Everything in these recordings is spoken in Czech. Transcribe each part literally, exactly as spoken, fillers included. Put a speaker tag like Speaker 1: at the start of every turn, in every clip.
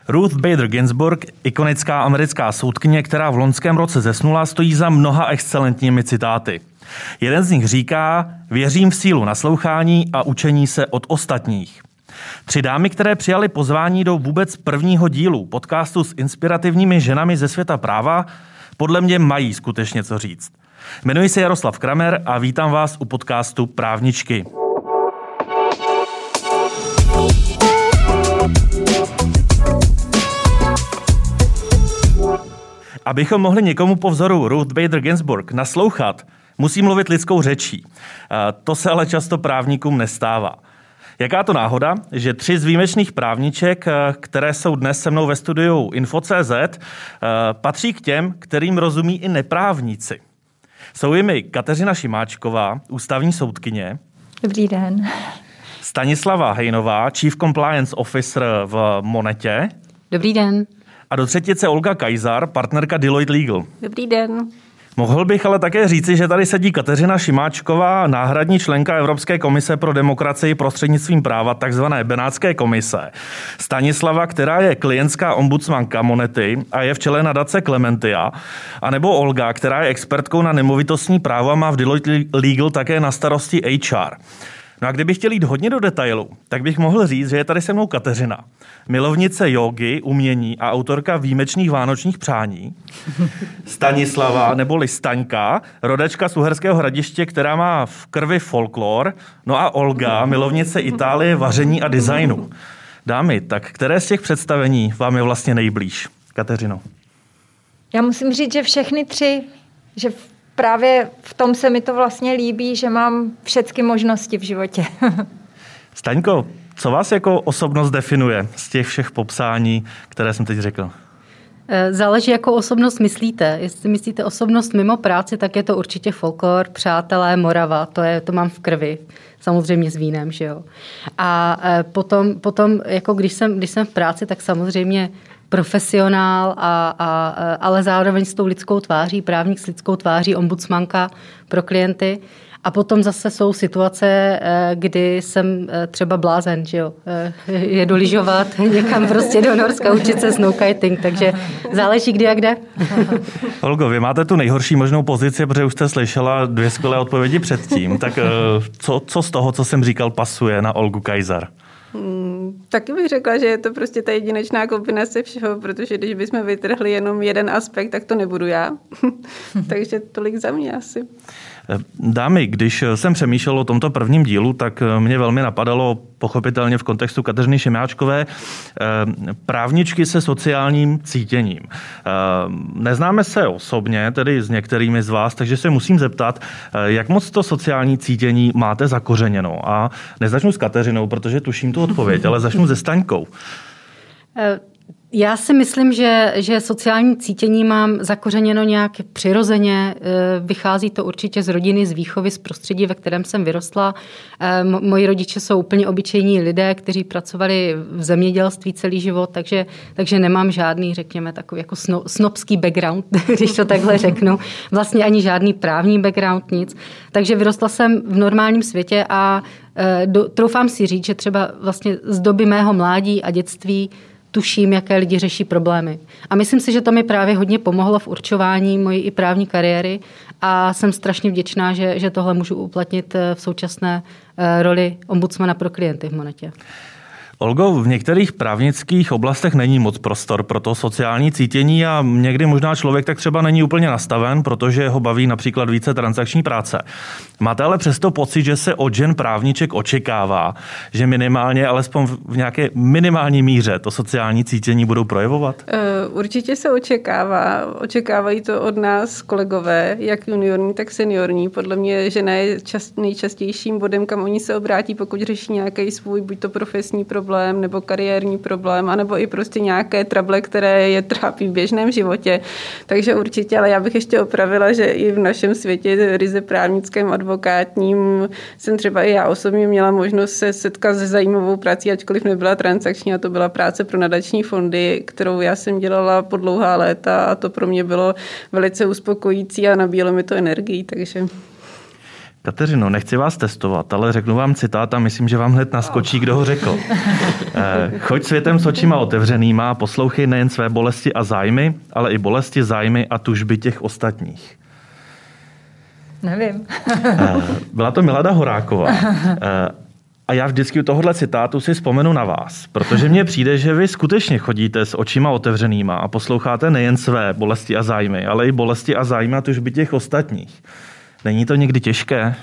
Speaker 1: Ruth Bader Ginsburg, ikonická americká soudkyně, která v loňském roce zesnula, stojí za mnoha excelentními citáty. Jeden z nich říká: věřím v sílu naslouchání a učení se od ostatních. Tři dámy, které přijali pozvání do vůbec prvního dílu podcastu s inspirativními ženami ze světa práva, podle mě mají skutečně co říct. Jmenuji se Jaroslav Kramer a vítám vás u podcastu Právničky. Abychom mohli někomu po vzoru Ruth Bader Ginsburg naslouchat, musí mluvit lidskou řečí. To se ale často právníkům nestává. Jaká to náhoda, že tři z výjimečných právniček, které jsou dnes se mnou ve studiu Info tečka cé zet, patří k těm, kterým rozumí i neprávníci. Jsou jimi Kateřina Šimáčková, ústavní soudkyně.
Speaker 2: Dobrý den.
Speaker 1: Stanislava Hejnová, Chief Compliance Officer v Monetě.
Speaker 3: Dobrý den.
Speaker 1: A do třetice Olga Kajzar, partnerka Deloitte Legal.
Speaker 4: Dobrý den.
Speaker 1: Mohl bych ale také říci, že tady sedí Kateřina Šimáčková, náhradní členka Evropské komise pro demokracii prostřednictvím práva, takzvané Benátské komise. Stanislava, která je klientská ombudsmanka Monety a je v čele nadace Clementia. A nebo Olga, která je expertkou na nemovitostní právo a má v Deloitte Legal také na starosti há er. No a kdybych chtěl jít hodně do detailu, tak bych mohl říct, že je tady se mnou Kateřina, milovnice jógy, umění a autorka výjimečných vánočních přání. Stanislava, neboli Staňka, rodačka z Uherského Hradiště, která má v krvi folklor. No a Olga, milovnice Itálie, vaření a designu. Dámy, tak které z těch představení vám je vlastně nejblíž? Kateřino.
Speaker 2: Já musím říct, že všechny tři, že právě v tom se mi to vlastně líbí, že mám všechny možnosti v životě.
Speaker 1: Staňko, co vás jako osobnost definuje z těch všech popsání, které jsem teď řekl?
Speaker 3: Záleží, jakou osobnost myslíte. Jestli myslíte osobnost mimo práci, tak je to určitě folklor, přátelé, Morava, to, je, to mám v krvi. Samozřejmě s vínem, že jo. A potom, potom jako když jsem, když jsem v práci, tak samozřejmě profesionál, a, a, ale zároveň s tou lidskou tváří, právník s lidskou tváří, ombudsmanka pro klienty. A potom zase jsou situace, kdy jsem třeba blázen, že jo, jedu lyžovat někam prostě do Norska, učit se snowkiting, takže záleží kdy a kde.
Speaker 1: Olgo, vy máte tu nejhorší možnou pozici, protože už jste slyšela dvě skvělé odpovědi předtím, tak co, co z toho, co jsem říkal, pasuje na Olgu Kajzar?
Speaker 4: Hmm, taky bych řekla, že je to prostě ta jedinečná kombinace všeho, protože když bychom vytrhli jenom jeden aspekt, tak to nebudu já. Takže tolik za mě asi.
Speaker 1: Dámy, když jsem přemýšlel o tomto prvním dílu, tak mě velmi napadalo pochopitelně v kontextu Kateřiny Šimáčkové právničky se sociálním cítěním. Neznáme se osobně, tedy s některými z vás, takže se musím zeptat, jak moc to sociální cítění máte zakořeněno. A nezačnu s Kateřinou, protože tuším tu odpověď, ale začnu se Staňkou.
Speaker 3: Já si myslím, že, že sociální cítění mám zakořeněno nějak přirozeně. Vychází to určitě z rodiny, z výchovy, z prostředí, ve kterém jsem vyrostla. Moji rodiče jsou úplně obyčejní lidé, kteří pracovali v zemědělství celý život, takže, takže nemám žádný, řekněme, takový jako sno, snobský background, když to takhle řeknu. Vlastně ani žádný právní background, nic. Takže vyrostla jsem v normálním světě a do, troufám si říct, že třeba vlastně z doby mého mládí a dětství tuším, jaké lidi řeší problémy. A myslím si, že to mi právě hodně pomohlo v určování mojí i právní kariéry a jsem strašně vděčná, že, že tohle můžu uplatnit v současné roli ombudsmana pro klienty v Monetě.
Speaker 1: Olgo, v některých právnických oblastech není moc prostor pro to sociální cítění a někdy možná člověk tak třeba není úplně nastaven, protože ho baví například více transakční práce. Máte ale přesto pocit, že se od žen právniček očekává, že minimálně, alespoň v nějaké minimální míře to sociální cítění budou projevovat?
Speaker 4: Určitě se očekává. Očekávají to od nás kolegové, jak juniorní, tak seniorní. Podle mě žena je čas, nejčastějším bodem, kam oni se obrátí, pokud řeší nějaký svůj, buď to profesní problém, problém nebo kariérní problém, anebo i prostě nějaké trable, které je trápí v běžném životě. Takže určitě, ale já bych ještě opravila, že i v našem světě ryze právnickém, advokátním jsem třeba i já osobně měla možnost se setkat se zajímavou prací, ačkoliv nebyla transakční, a to byla práce pro nadační fondy, kterou já jsem dělala po dlouhá léta a to pro mě bylo velice uspokojící a nabíjelo mi to energii, takže...
Speaker 1: Kateřino, nechci vás testovat, ale řeknu vám citát a myslím, že vám hned naskočí, kdo ho řekl. Choď světem s očima otevřenýma a poslouchej nejen své bolesti a zájmy, ale i bolesti, zájmy a tužby těch ostatních.
Speaker 2: Nevím.
Speaker 1: Byla to Milada Horáková. A já vždycky u tohohle citátu si vzpomenu na vás, protože mně přijde, že vy skutečně chodíte s očima otevřenýma a posloucháte nejen své bolesti a zájmy, ale i bolesti a zájmy a tužby těch ostatních. Není to někdy těžké?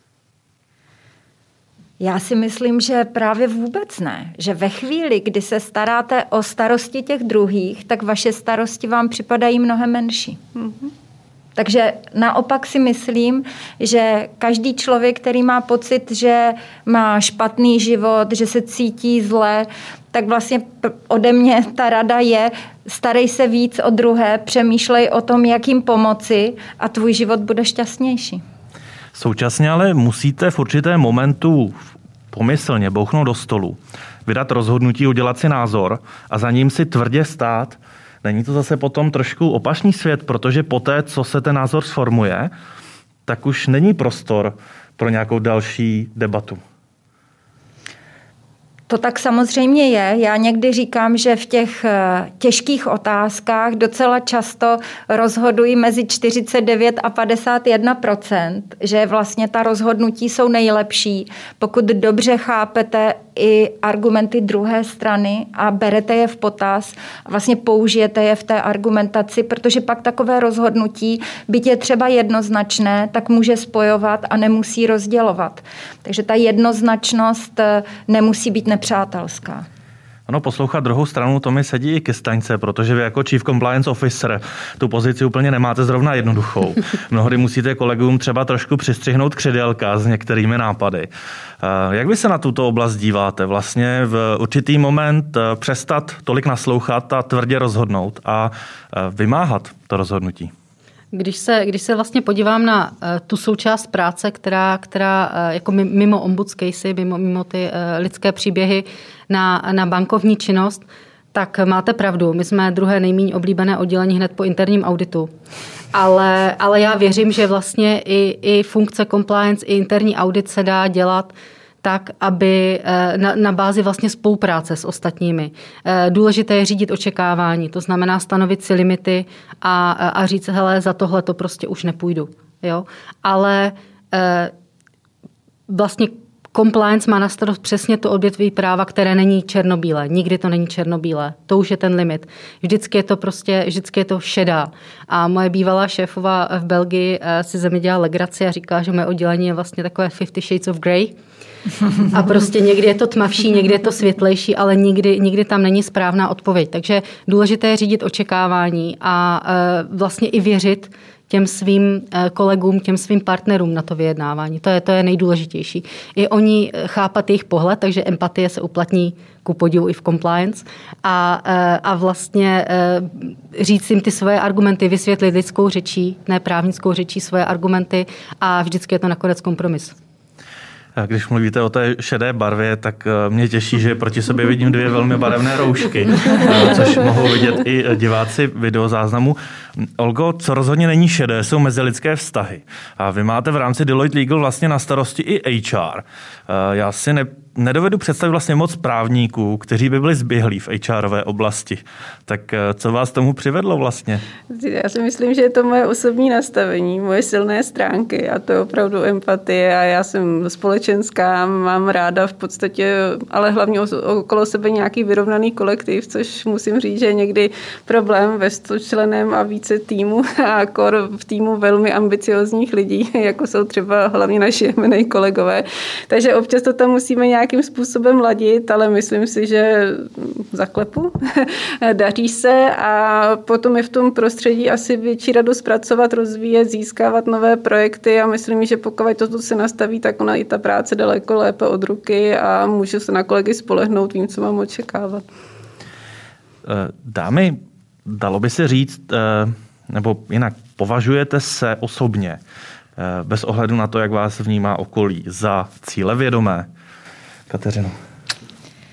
Speaker 2: Já si myslím, že právě vůbec ne. Že ve chvíli, kdy se staráte o starosti těch druhých, tak vaše starosti vám připadají mnohem menší. Mm-hmm. Takže naopak si myslím, že každý člověk, který má pocit, že má špatný život, že se cítí zle, tak vlastně ode mě ta rada je, starej se víc o druhé, přemýšlej o tom, jak jim pomoci a tvůj život bude šťastnější.
Speaker 1: Současně ale musíte v určitém momentu pomyslně bouchnout do stolu, vydat rozhodnutí, udělat si názor a za ním si tvrdě stát. Není to zase potom trošku opačný svět, protože poté, co se ten názor sformuje, tak už není prostor pro nějakou další debatu.
Speaker 2: To tak samozřejmě je. Já někdy říkám, že v těch těžkých otázkách docela často rozhodují mezi čtyřicet devět a padesát jedna procent, že vlastně ta rozhodnutí jsou nejlepší, pokud dobře chápete i argumenty druhé strany a berete je v potaz a vlastně použijete je v té argumentaci, protože pak takové rozhodnutí, byť je třeba jednoznačné, tak může spojovat a nemusí rozdělovat. Takže ta jednoznačnost nemusí být nepřátelská.
Speaker 1: Ano, poslouchat druhou stranu, to mi sedí i ke staňce, protože vy jako Chief Compliance Officer tu pozici úplně nemáte zrovna jednoduchou. Mnohdy musíte kolegům třeba trošku přistřihnout křidelka s některými nápady. Jak vy se na tuto oblast díváte? Vlastně v určitý moment přestat tolik naslouchat a tvrdě rozhodnout a vymáhat to rozhodnutí?
Speaker 3: Když se, když se vlastně podívám na uh, tu součást práce, která, která uh, jako mimo ombuds casey, mimo, mimo ty uh, lidské příběhy na, na bankovní činnost, tak máte pravdu. My jsme druhé nejméně oblíbené oddělení hned po interním auditu. Ale, ale já věřím, že vlastně i, i funkce compliance, i interní audit se dá dělat tak, aby na, na bázi vlastně spolupráce s ostatními. Důležité je řídit očekávání, to znamená stanovit si limity a, a říct, hele, za tohle to prostě už nepůjdu. Jo? Ale e, vlastně compliance má na starost přesně to odvětví práva, které není černobílé. Nikdy to není černobílé. To už je ten limit. Vždycky je to prostě, vždycky je to šedá. A moje bývalá šéfova v Belgii si ze mě dělá legraci a říká, že moje oddělení je vlastně takové Fifty Shades of Grey. A prostě někdy je to tmavší, někdy je to světlejší, ale nikdy, nikdy tam není správná odpověď. Takže důležité je řídit očekávání a vlastně i věřit těm svým kolegům, těm svým partnerům na to vyjednávání. To je, to je nejdůležitější. I oni chápat jejich pohled, takže empatie se uplatní ku podivu i v compliance a, a vlastně říct jim ty svoje argumenty, vysvětlit lidskou řečí, ne právnickou řečí svoje argumenty a vždycky je to nakonec kompromis.
Speaker 1: Když mluvíte o té šedé barvě, tak mě těší, že proti sobě vidím dvě velmi barevné roušky, což mohou vidět i diváci videozáznamu. Olgo, co rozhodně není šedé, jsou mezilidské vztahy. A vy máte v rámci Deloitte Legal vlastně na starosti i H R. Já si ne, nedovedu představit vlastně moc právníků, kteří by byli zběhlí v H Rové oblasti. Tak co vás tomu přivedlo vlastně?
Speaker 4: Já si myslím, že je to moje osobní nastavení, moje silné stránky a to je opravdu empatie a já jsem společenská, mám ráda v podstatě, ale hlavně okolo sebe nějaký vyrovnaný kolektiv, což musím říct, že je někdy problém ve stočleném a více týmu a kor v týmu velmi ambiciozních lidí, jako jsou třeba hlavně naši em and a kolegové. Takže občas to tam musíme nějakým způsobem ladit, ale myslím si, že zaklepu, daří se a potom je v tom prostředí asi větší radost pracovat, rozvíjet, získávat nové projekty a myslím, že pokud toto se nastaví, tak ona i ta práce daleko lépe od ruky a můžu se na kolegy spolehnout, vím, co mám očekávat.
Speaker 1: Dámy, dalo by se říct, nebo jinak, považujete se osobně, bez ohledu na to, jak vás vnímá okolí, za cílevědomé? Kateřino.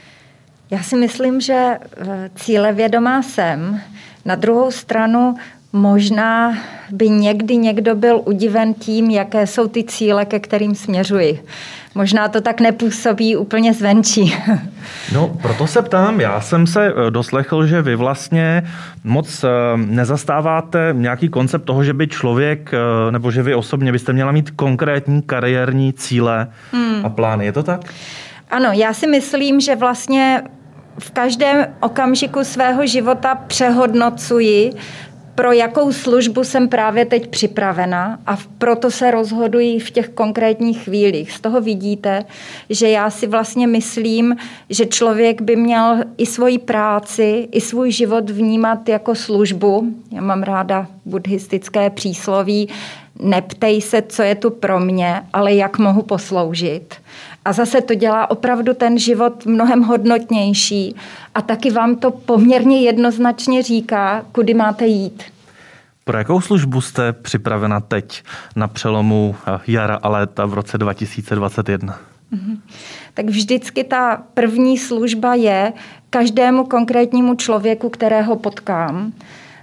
Speaker 2: Já si myslím, že cílevědomá jsem. Na druhou stranu Možná by někdy někdo byl udiven tím, jaké jsou ty cíle, ke kterým směřuji. Možná to tak nepůsobí úplně zvenčí.
Speaker 1: No, proto se ptám. Já jsem se doslechl, že vy vlastně moc nezastáváte nějaký koncept toho, že by člověk, nebo že vy osobně byste měla mít konkrétní kariérní cíle hmm. a plány. Je to tak?
Speaker 2: Ano, já si myslím, že vlastně v každém okamžiku svého života přehodnocuji, pro jakou službu jsem právě teď připravena a proto se rozhoduji v těch konkrétních chvílích. Z toho vidíte, že já si vlastně myslím, že člověk by měl i svoji práci, i svůj život vnímat jako službu. Já mám ráda buddhistické přísloví, neptej se, co je tu pro mě, ale jak mohu posloužit. A zase to dělá opravdu ten život mnohem hodnotnější a taky vám to poměrně jednoznačně říká, kudy máte jít.
Speaker 1: Pro jakou službu jste připravena teď na přelomu jara a léta v roce dva tisíce dvacet jedna?
Speaker 2: Mhm. Tak vždycky ta první služba je každému konkrétnímu člověku, kterého potkám.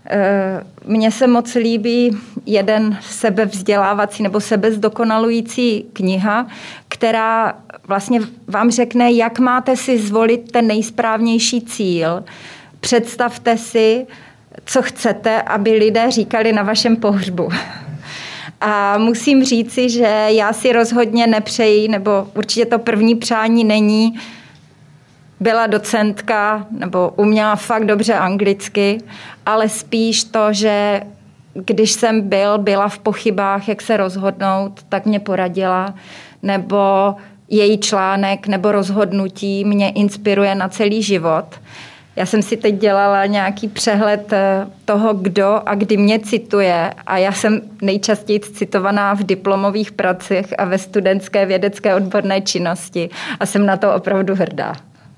Speaker 2: Mně se moc líbí jeden sebevzdělávací nebo sebezdokonalující kniha, která vlastně vám řekne, jak máte si zvolit ten nejsprávnější cíl. Představte si, co chcete, aby lidé říkali na vašem pohřbu. A musím říci, že já si rozhodně nepřeji, nebo určitě to první přání není, byla docentka nebo uměla fakt dobře anglicky, ale spíš to, že když jsem byl, byla v pochybách, jak se rozhodnout, tak mě poradila, nebo její článek nebo rozhodnutí mě inspiruje na celý život. Já jsem si teď dělala nějaký přehled toho, kdo a kdy mě cituje a já jsem nejčastěji citovaná v diplomových pracích a ve studentské vědecké odborné činnosti a jsem na to opravdu hrdá.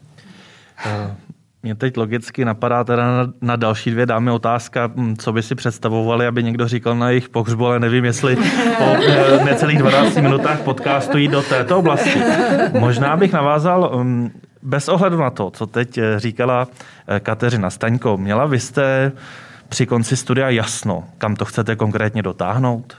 Speaker 1: Mě teď logicky napadá teda na, na další dvě dámy otázka, co by si představovali, aby někdo říkal na jejich pohřbu, ale nevím, jestli po necelých dvanácti minutách podcastu jít do této oblasti. Možná bych navázal bez ohledu na to, co teď říkala Kateřina. Staňko, měla vy jste při konci studia jasno, kam to chcete konkrétně dotáhnout?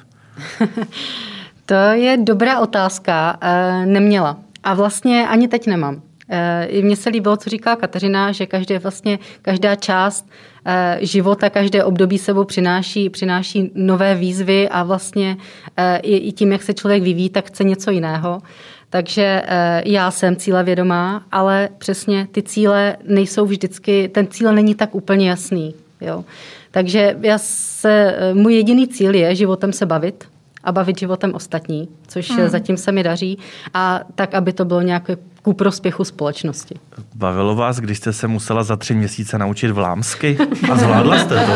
Speaker 3: To je dobrá otázka. Neměla. A vlastně ani teď nemám. Mně se líbilo, co říká Kateřina, že každé, vlastně, každá část života, každé období sebou přináší, přináší nové výzvy a vlastně i tím, jak se člověk vyvíjí, tak chce něco jiného. Takže já jsem cílevědomá, ale přesně ty cíle nejsou vždycky, ten cíl není tak úplně jasný. Jo. Takže já se, můj jediný cíl je životem se bavit a bavit životem ostatní, což hmm. zatím se mi daří a tak, aby to bylo nějaké ku prospěchu společnosti.
Speaker 1: Bavilo vás, když jste se musela za tři měsíce naučit vlámsky a zvládla jste to?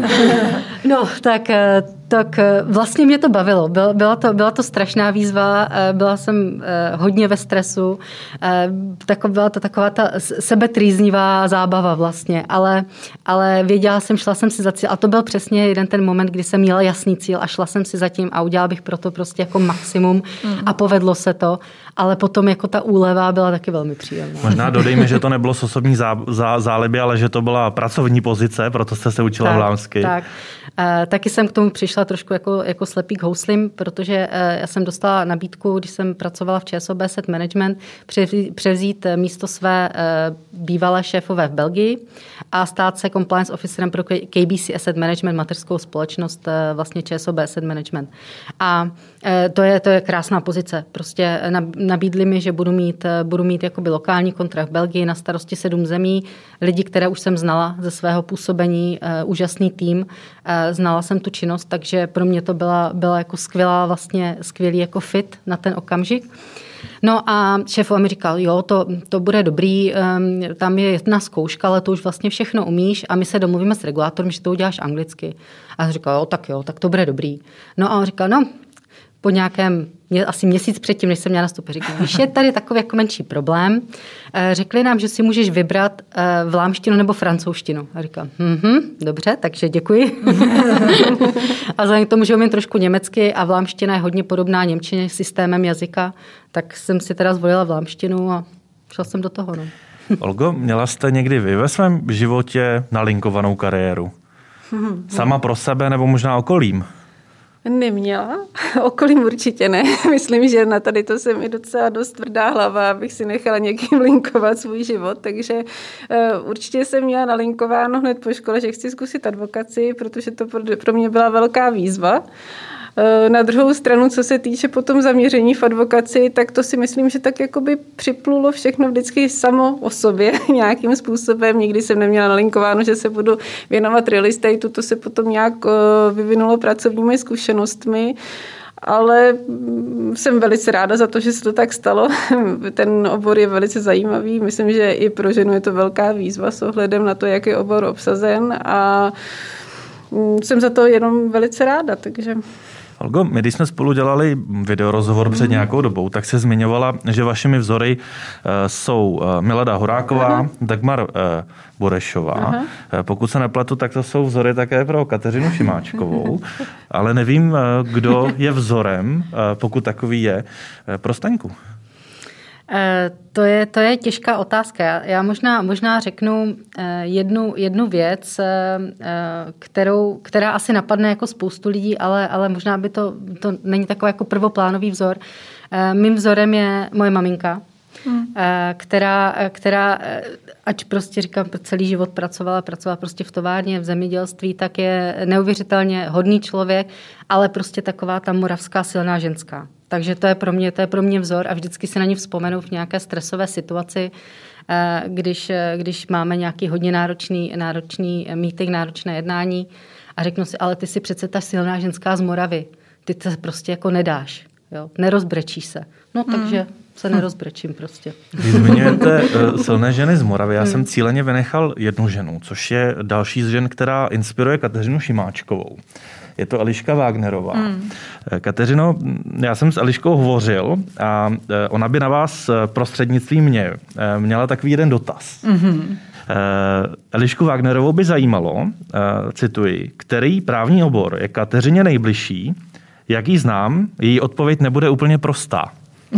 Speaker 3: No, tak, tak vlastně mě to bavilo. Byla to, byla to strašná výzva, byla jsem hodně ve stresu, byla to taková ta sebetrýznivá zábava vlastně, ale, ale věděla jsem, šla jsem si za cíl a to byl přesně jeden ten moment, kdy jsem měla jasný cíl a šla jsem si za tím a udělala bych pro to prostě jako maximum a povedlo se to, ale potom jako ta úleva byla taky velmi příjemná.
Speaker 1: Možná dodejme, že to nebylo z osobní zá, zá, záliby, ale že to byla pracovní pozice, proto jste se učila
Speaker 3: tak,
Speaker 1: vlámsky.
Speaker 3: Tak. E, taky jsem k tomu přišla trošku jako, jako slepý k houslim, protože e, já jsem dostala nabídku, když jsem pracovala v ČSOB Asset Management, převzít, převzít místo své e, bývalé šéfové v Belgii a stát se compliance officerem pro K B C Asset Management, mateřskou společnost e, vlastně ČSOB Asset Management. A e, to, je, to je krásná pozice. Prostě nabídli mi, že budu mít, budu mít jakoby lokální kontrakt v Belgii na starosti sedm zemí, lidi, které už jsem znala ze svého působení, uh, úžasný tým, uh, znala jsem tu činnost, takže pro mě to byla, byla jako skvělá, vlastně skvělý jako fit na ten okamžik. No a šéf mi říkal, jo, to, to bude dobrý, um, tam je jedna zkouška, ale to už vlastně všechno umíš a my se domluvíme s regulátorem, že to uděláš anglicky. A jsem říkal, jo, tak jo, tak to bude dobrý. No a on říkal, no, po nějakém, asi měsíc předtím, než jsem měla nastoupit, říkal, víš, je tady takový jako menší problém. Řekli nám, že si můžeš vybrat vlámštinu nebo francouzštinu. A říkal, mhm, dobře, takže děkuji. A vzhledem k tomu, že umím trošku německy a vlámština je hodně podobná němčině systémem jazyka, tak jsem si teda zvolila vlámštinu a šla jsem do toho. No.
Speaker 1: Olgo, měla jste někdy vy ve svém životě nalinkovanou kariéru?
Speaker 4: Hmm.
Speaker 1: Sama pro sebe nebo možná okolím?
Speaker 4: Neměla. Okolím určitě ne. Myslím, že na tady to jsem i docela dost tvrdá hlava, abych si nechala někým linkovat svůj život, takže uh, určitě jsem měla nalinkováno hned po škole, že chci zkusit advokaci, protože to pro mě byla velká výzva. Na druhou stranu, co se týče potom zaměření v advokaci, tak to si myslím, že tak jakoby připlulo všechno vždycky samo o sobě nějakým způsobem. Nikdy jsem neměla nalinkováno, že se budu věnovat real estateu, to se potom nějak vyvinulo pracovními zkušenostmi. Ale jsem velice ráda za to, že se to tak stalo. Ten obor je velice zajímavý. Myslím, že i pro ženu je to velká výzva s ohledem na to, jak je obor obsazen a jsem za to jenom velice ráda, takže...
Speaker 1: Olgo, my když jsme spolu dělali videorozhovor před nějakou dobou, tak se zmiňovala, že vašimi vzory uh, jsou uh, Milada Horáková, Aha. Dagmar uh, Burešová. Aha. Uh, pokud se nepletu, tak to jsou vzory také pro Kateřinu Šimáčkovou, ale nevím, uh, kdo je vzorem, uh, pokud takový je, uh, pro Staňku.
Speaker 3: To je, to je těžká otázka. Já možná, možná řeknu jednu, jednu věc, kterou, která asi napadne jako spoustu lidí, ale, ale možná by to, to není takový jako prvoplánový vzor. Mým vzorem je moje maminka, hmm. která, která, ať prostě říkám, celý život pracovala, pracovala prostě v továrně, v zemědělství, tak je neuvěřitelně hodný člověk, ale prostě taková ta moravská silná ženská. Takže to je pro mě, to je pro mě vzor a vždycky si na ní vzpomenu v nějaké stresové situaci, když, když máme nějaký hodně náročný, náročný meeting, náročné jednání a řeknu si, ale ty si přece ta silná ženská z Moravy, ty to prostě jako nedáš, jo? Nerozbrečíš se. No takže hmm. se nerozbrečím prostě.
Speaker 1: Když zmiňujete uh, silné ženy z Moravy, já hmm. jsem cíleně vynechal jednu ženu, což je další z žen, která inspiruje Kateřinu Šimáčkovou. Je to Eliška Wagnerová. Hmm. Kateřino, já jsem s Eliškou hovořil a ona by na vás prostřednictvím mě měla takový jeden dotaz. Hmm. Elišku Wagnerovou by zajímalo, cituji, který právní obor je Kateřině nejbližší, jak ji znám, její odpověď nebude úplně prostá.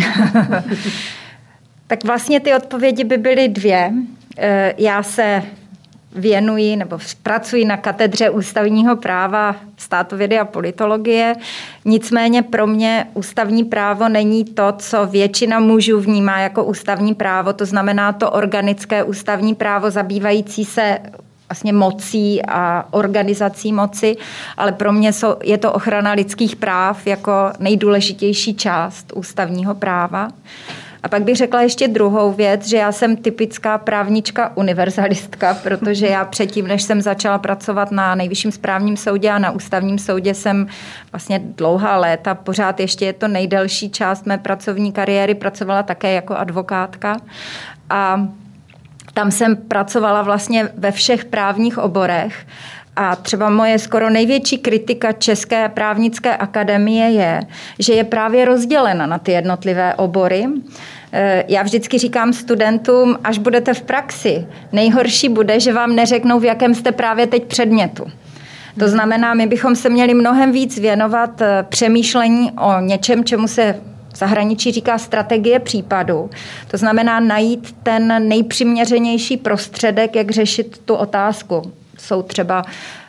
Speaker 2: Tak vlastně ty odpovědi by byly dvě. Já se věnuji nebo pracuji na katedře ústavního práva, státovědy a politologie. Nicméně pro mě ústavní právo není to, co většina mužů vnímá jako ústavní právo. To znamená to organické ústavní právo zabývající se vlastně mocí a organizací moci, ale pro mě je to ochrana lidských práv jako nejdůležitější část ústavního práva. A pak bych řekla ještě druhou věc, že já jsem typická právnička univerzalistka, protože já předtím, než jsem začala pracovat na Nejvyšším správním soudě a na ústavním soudě, jsem vlastně dlouhá léta, pořád ještě je to nejdelší část mé pracovní kariéry, pracovala také jako advokátka. A tam jsem pracovala vlastně ve všech právních oborech. A třeba moje skoro největší kritika České právnické akademie je, že je právě rozdělena na ty jednotlivé obory. Já vždycky říkám studentům, až budete v praxi, nejhorší bude, že vám neřeknou, v jakém jste právě teď předmětu. To znamená, my bychom se měli mnohem víc věnovat přemýšlení o něčem, čemu se v zahraničí říká strategie případu. To znamená najít ten nejpřiměřenější prostředek, jak řešit tu otázku. Jsou třeba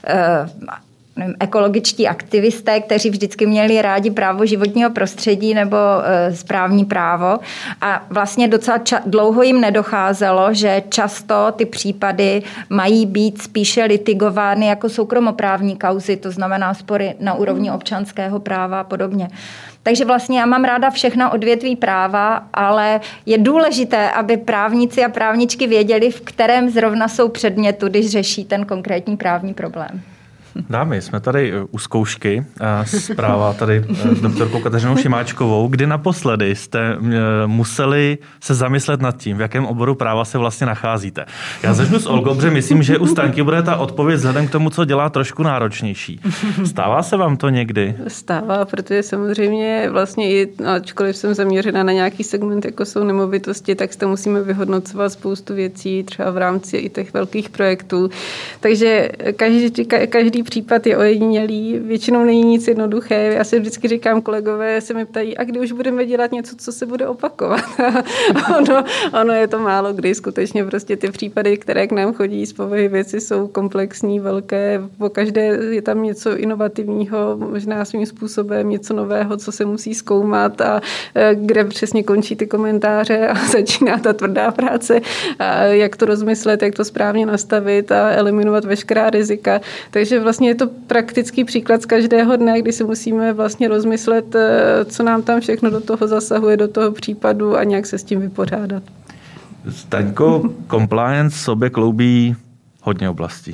Speaker 2: nevím, ekologičtí aktivisté, kteří vždycky měli rádi právo životního prostředí nebo e, správní právo a vlastně docela ča- dlouho jim nedocházelo, že často ty případy mají být spíše litigovány jako soukromoprávní kauzy, to znamená spory na úrovni občanského práva a podobně. Takže vlastně já mám ráda všechna odvětví práva, ale je důležité, aby právníci a právničky věděli, v kterém zrovna jsou předmětu, když řeší ten konkrétní právní problém.
Speaker 1: Dámy, jsme tady u zkoušky. Zpráva tady s doktorkou Kateřinou Šimáčkovou. Kdy naposledy jste museli se zamyslet nad tím, v jakém oboru práva se vlastně nacházíte? Já začnu s Olgou, protože myslím, že u Stanky bude ta odpověď vzhledem k tomu, co dělá, trošku náročnější. Stává se vám to někdy?
Speaker 4: Stává, protože samozřejmě vlastně i, ačkoliv jsem zaměřena na nějaký segment, jako jsou nemovitosti, tak to musíme vyhodnocovat spoustu věcí, třeba v rámci i těch velkých projektů. Takže každý, každý každý případ je ojedinělý, většinou není nic jednoduché. Já si vždycky říkám, kolegové se mi ptají, a kdy už budeme dělat něco, co se bude opakovat. ono, ono je to málo kdy, skutečně prostě ty případy, které k nám chodí z povahy věci, jsou komplexní, velké, po každé je tam něco inovativního, možná svým způsobem něco nového, co se musí zkoumat a kde přesně končí ty komentáře a začíná ta tvrdá práce, a jak to rozmyslet, jak to správně nastavit a eliminovat veškerá rizika. Takže vlastně je to praktický příklad z každého dne, kdy si musíme vlastně rozmyslet, co nám tam všechno do toho zasahuje, do toho případu a nějak se s tím vypořádat.
Speaker 1: Staňko, compliance sobě kloubí hodně oblastí.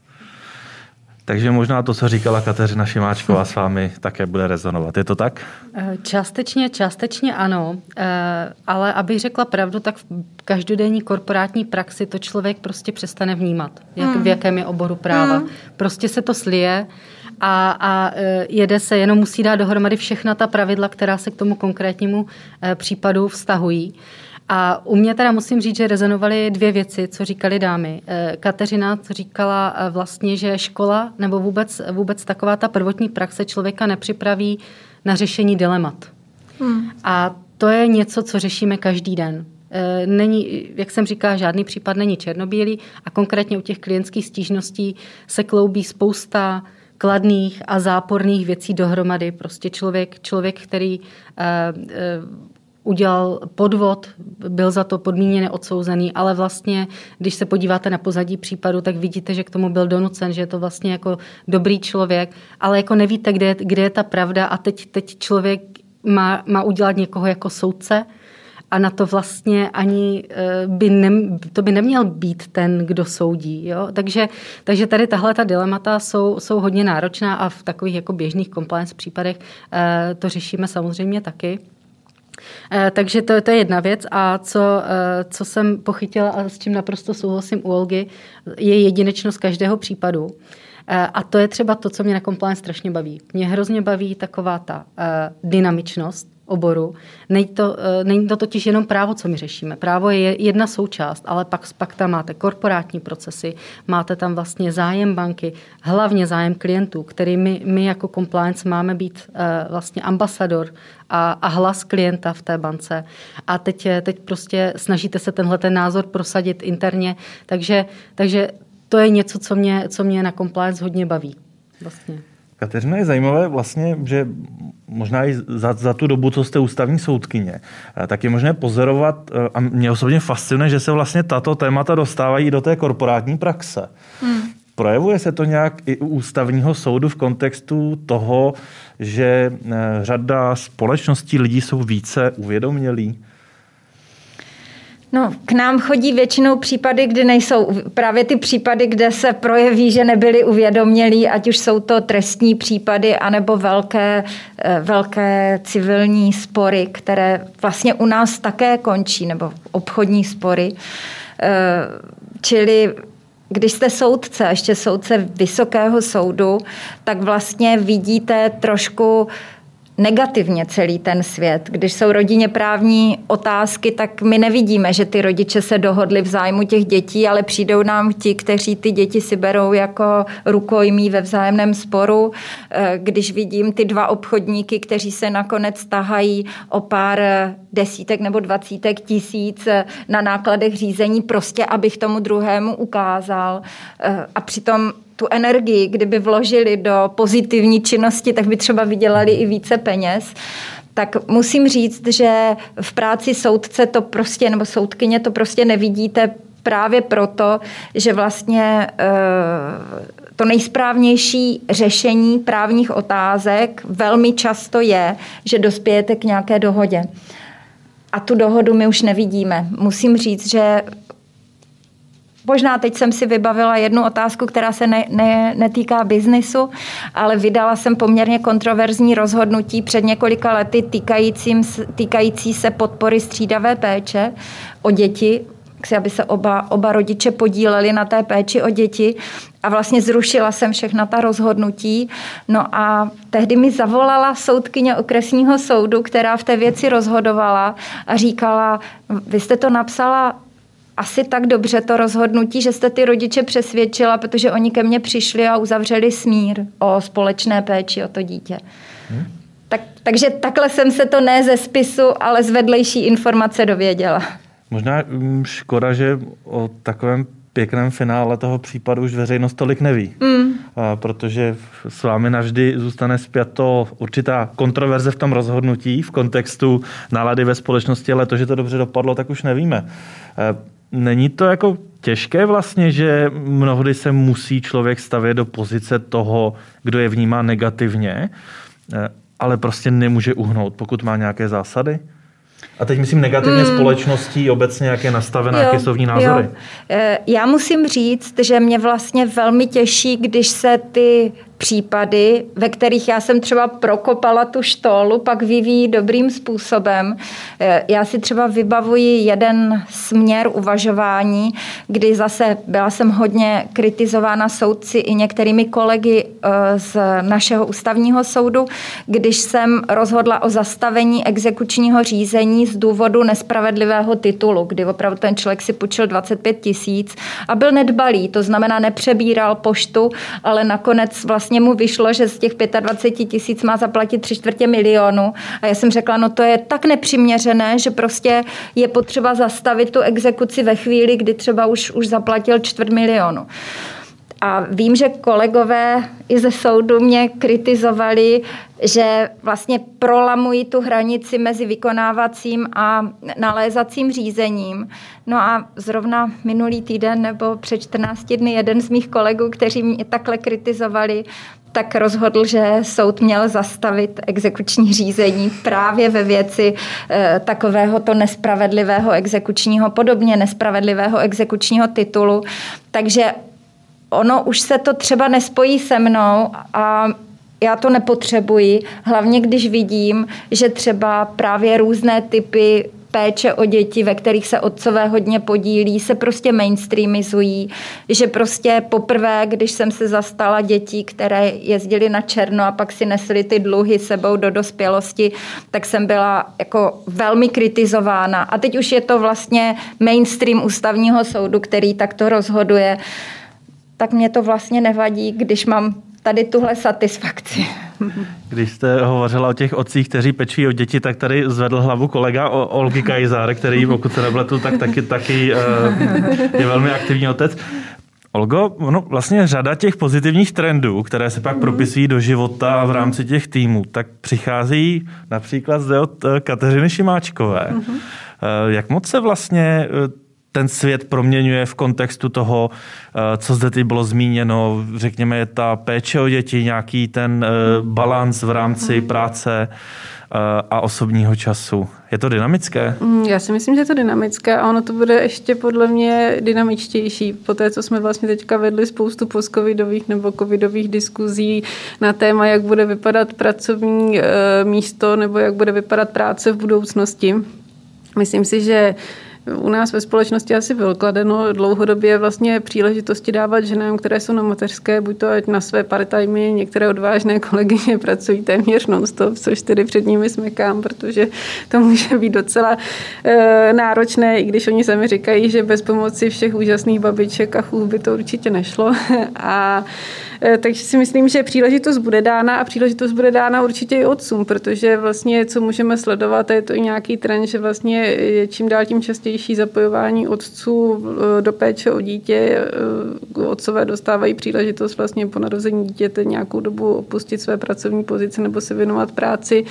Speaker 1: Takže možná to, co říkala Kateřina Šimáčková, s vámi také bude rezonovat. Je to tak?
Speaker 3: Částečně, částečně ano, ale abych řekla pravdu, tak v každodenní korporátní praxi to člověk prostě přestane vnímat, jak, v jakém je oboru práva. Hmm. Prostě se to slije a, a jede se, jenom musí dát dohromady všechna ta pravidla, která se k tomu konkrétnímu případu vztahují. A u mě teda musím říct, že rezonovaly dvě věci, co říkali dámy. Kateřina, co říkala vlastně, že škola nebo vůbec, vůbec taková ta prvotní praxe člověka nepřipraví na řešení dilemat. Hmm. A to je něco, co řešíme každý den. Není, jak jsem říkala, žádný případ není černobílý a konkrétně u těch klientských stížností se kloubí spousta kladných a záporných věcí dohromady. Prostě člověk, člověk který uh, uh, udělal podvod, byl za to podmíněně odsouzený, ale vlastně, když se podíváte na pozadí případu, tak vidíte, že k tomu byl donucen, že je to vlastně jako dobrý člověk, ale jako nevíte, kde je, kde je ta pravda a teď, teď člověk má, má udělat někoho jako soudce a na to vlastně ani by ne, to by neměl být ten, kdo soudí. Jo? Takže, takže tady tahle ta dilemata jsou, jsou hodně náročná a v takových jako běžných compliance případech to řešíme samozřejmě taky. Takže to, to je jedna věc a co, co jsem pochytila a s čím naprosto souhlasím u Olgy, je jedinečnost každého případu. A to je třeba to, co mě na compliance strašně baví. Mě hrozně baví taková ta dynamičnost oboru. Není to, není to totiž jenom právo, co my řešíme. Právo je jedna součást, ale pak, pak tam máte korporátní procesy, máte tam vlastně zájem banky, hlavně zájem klientů, který my, my jako compliance máme být uh, vlastně ambasador a, a hlas klienta v té bance. A teď, teď prostě snažíte se tenhle ten názor prosadit interně. Takže, takže to je něco, co mě, co mě na compliance hodně baví. Vlastně.
Speaker 1: Kateřina, je zajímavé vlastně, že možná i za, za tu dobu, co jste ústavní soudkyně, tak je možné pozorovat, a mě osobně fascinuje, že se vlastně tato témata dostávají i do té korporátní praxe. Hmm. Projevuje se to nějak i u ústavního soudu v kontextu toho, že řada společností lidí jsou více uvědomělí?
Speaker 2: No, k nám chodí většinou případy, kdy nejsou právě ty případy, kde se projeví, že nebyli uvědomělí, ať už jsou to trestní případy, anebo velké, velké civilní spory, které vlastně u nás také končí, nebo obchodní spory. Čili když jste soudce, ještě soudce Vysokého soudu, tak vlastně vidíte trošku negativně celý ten svět. Když jsou rodině právní otázky, tak my nevidíme, že ty rodiče se dohodli v zájmu těch dětí, ale přijdou nám ti, kteří ty děti si berou jako rukojmí ve vzájemném sporu. Když vidím ty dva obchodníky, kteří se nakonec tahají o pár desítek nebo dvacítek tisíc na nákladech řízení, prostě abych tomu druhému ukázal. A přitom tu energii, kdyby vložili do pozitivní činnosti, tak by třeba vydělali i více peněz. Tak musím říct, že v práci soudce to prostě, nebo soudkyně to prostě nevidíte právě proto, že vlastně to nejsprávnější řešení právních otázek velmi často je, že dospějete k nějaké dohodě. A tu dohodu my už nevidíme. Musím říct, že možná teď jsem si vybavila jednu otázku, která se ne, ne, netýká biznisu, ale vydala jsem poměrně kontroverzní rozhodnutí před několika lety týkajícím, týkající se podpory střídavé péče o děti, aby se oba, oba rodiče podíleli na té péči o děti a vlastně zrušila jsem všechna ta rozhodnutí. No a tehdy mi zavolala soudkyně okresního soudu, která v té věci rozhodovala a říkala, vy jste to napsala asi tak dobře to rozhodnutí, že jste ty rodiče přesvědčila, protože oni ke mně přišli a uzavřeli smír o společné péči o to dítě. Hmm. Tak, takže takhle jsem se to ne ze spisu, ale z vedlejší informace dověděla.
Speaker 1: Možná škoda, že o takovém pěkném finále toho případu už veřejnost tolik neví. Mm. A protože s vámi navždy zůstane spjato určitá kontroverze v tom rozhodnutí v kontextu nálady ve společnosti, ale to, že to dobře dopadlo, tak už nevíme. Není to jako těžké vlastně, že mnohdy se musí člověk stavět do pozice toho, kdo je vnímá negativně, ale prostě nemůže uhnout, pokud má nějaké zásady? A teď myslím negativně mm. společností, obecně jak je nastavená, jo, jaké jsou v ní názory.
Speaker 2: Jo. Já musím říct, že mě vlastně velmi těší, když se ty případy, ve kterých já jsem třeba prokopala tu štólu, pak vyvíjí dobrým způsobem. Já si třeba vybavuji jeden směr uvažování, kdy zase byla jsem hodně kritizována soudci i některými kolegy z našeho ústavního soudu, když jsem rozhodla o zastavení exekučního řízení z důvodu nespravedlivého titulu, kdy opravdu ten člověk si půjčil dvacet pět tisíc a byl nedbalý, to znamená nepřebíral poštu, ale nakonec vlastně mu vyšlo, že z těch dvacet pět tisíc má zaplatit tři čtvrtě milionu. A já jsem řekla, no to je tak nepřiměřené, že prostě je potřeba zastavit tu exekuci ve chvíli, kdy třeba už, už zaplatil čtvrt milionu. A vím, že kolegové i ze soudu mě kritizovali, že vlastně prolamují tu hranici mezi vykonávacím a nalézacím řízením. No a zrovna minulý týden nebo před čtrnácti dny jeden z mých kolegů, kteří mě takhle kritizovali, tak rozhodl, že soud měl zastavit exekuční řízení právě ve věci e, takovéhoto nespravedlivého exekučního, podobně nespravedlivého exekučního titulu. Takže ono už se to třeba nespojí se mnou a já to nepotřebuji, hlavně když vidím, že třeba právě různé typy péče o děti, ve kterých se otcové hodně podílí, se prostě mainstreamizují, že prostě poprvé, když jsem se zastala dětí, které jezdily na černo a pak si nesly ty dluhy sebou do dospělosti, tak jsem byla jako velmi kritizována. A teď už je to vlastně mainstream ústavního soudu, který takto rozhoduje. Tak mě to vlastně nevadí, když mám tady tuhle satisfakci.
Speaker 1: Když jste hovořila o těch otcích, kteří pečují o děti, tak tady zvedl hlavu kolega Olgy Kajzár, který, pokud se nepletu, tak taky, taky je velmi aktivní otec. Olgo, no vlastně řada těch pozitivních trendů, které se pak propisují do života v rámci těch týmů, tak přichází například zde od Kateřiny Šimáčkové. Jak moc se vlastně ten svět proměňuje v kontextu toho, co zde teď bylo zmíněno, řekněme, je ta péče o děti, nějaký ten balans v rámci práce a osobního času. Je to dynamické?
Speaker 4: Já si myslím, že je to dynamické a ono to bude ještě podle mě dynamičtější. Po té, co jsme vlastně teďka vedli spoustu postcovidových nebo covidových diskuzí na téma, jak bude vypadat pracovní místo nebo jak bude vypadat práce v budoucnosti. Myslím si, že u nás ve společnosti asi bylo kladeno dlouhodobě vlastně příležitosti dávat ženám, které jsou na mateřské, buď to ať na své part-timey, některé odvážné kolegyně pracují téměř non-stop, což tedy před nimi smekám, protože to může být docela e, náročné, i když oni sami říkají, že bez pomoci všech úžasných babiček a chův by to určitě nešlo. A takže si myslím, že příležitost bude dána a příležitost bude dána určitě i otcům, protože vlastně, co můžeme sledovat, je to i nějaký trend, že vlastně je čím dál tím častější zapojování otců do péče o dítě. Otcové dostávají příležitost vlastně po narození dítěte nějakou dobu opustit své pracovní pozice nebo se věnovat práci.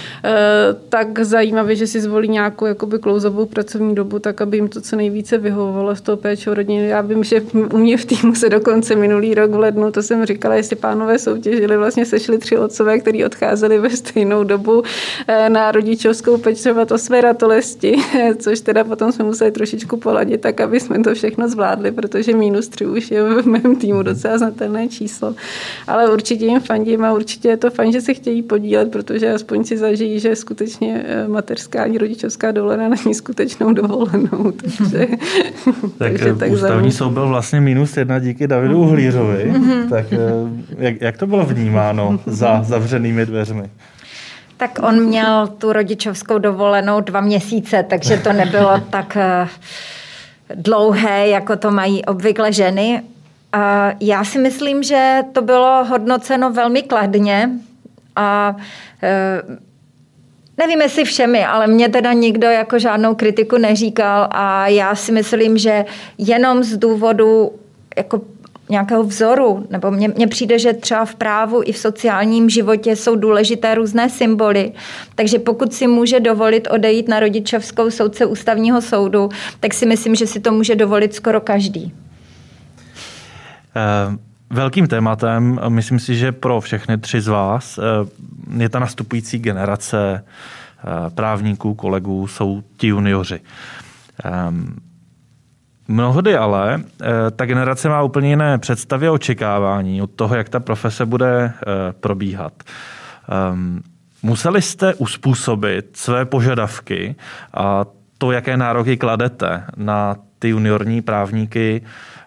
Speaker 4: Tak zajímavé, že si zvolí nějakou jakoby klouzavou pracovní dobu, tak aby jim to co nejvíce vyhovovalo z toho péče o rodinu. Já vím, že u mě v týmu se dokonce minulý rok v lednu, to jsem říkala, jestli pánové soutěžili, vlastně sešli tři otcové, kteří odcházeli ve stejnou dobu na rodičovskou pečovat o své ratolesti, což teda potom jsme museli trošičku poladit, tak aby jsme to všechno zvládli, protože minus tři už je v mém týmu docela znatelné číslo. Ale určitě jim fandím a určitě je to fajn, že se chtějí podílet, protože aspoň si zažijí, že skutečně mateřská ani rodičovská dovolená není skutečnou dovolenou. Takže,
Speaker 1: tak takže tak ústavní soud byl vlastně minus jedna díky Davidu Uhlířovi. Mm-hmm. Tak jak, jak to bylo vnímáno za zavřenými dveřmi?
Speaker 2: Tak on měl tu rodičovskou dovolenou dva měsíce, takže to nebylo tak, dlouhé, jako to mají obvykle ženy. A já si myslím, že to bylo hodnoceno velmi kladně a nevím, jestli všemi, ale mě teda nikdo jako žádnou kritiku neříkal a já si myslím, že jenom z důvodu jako nějakého vzoru, nebo mně, mně přijde, že třeba v právu i v sociálním životě jsou důležité různé symboly, takže pokud si může dovolit odejít na rodičovskou soudce ústavního soudu, tak si myslím, že si to může dovolit skoro každý.
Speaker 1: Velkým tématem, myslím si, že pro všechny tři z vás, je ta nastupující generace právníků, kolegů, jsou ti junioři. Mnohdy ale ta generace má úplně jiné představy a očekávání od toho, jak ta profese bude probíhat. Museli jste uspůsobit své požadavky a to, jaké nároky kladete na ty juniorní právníky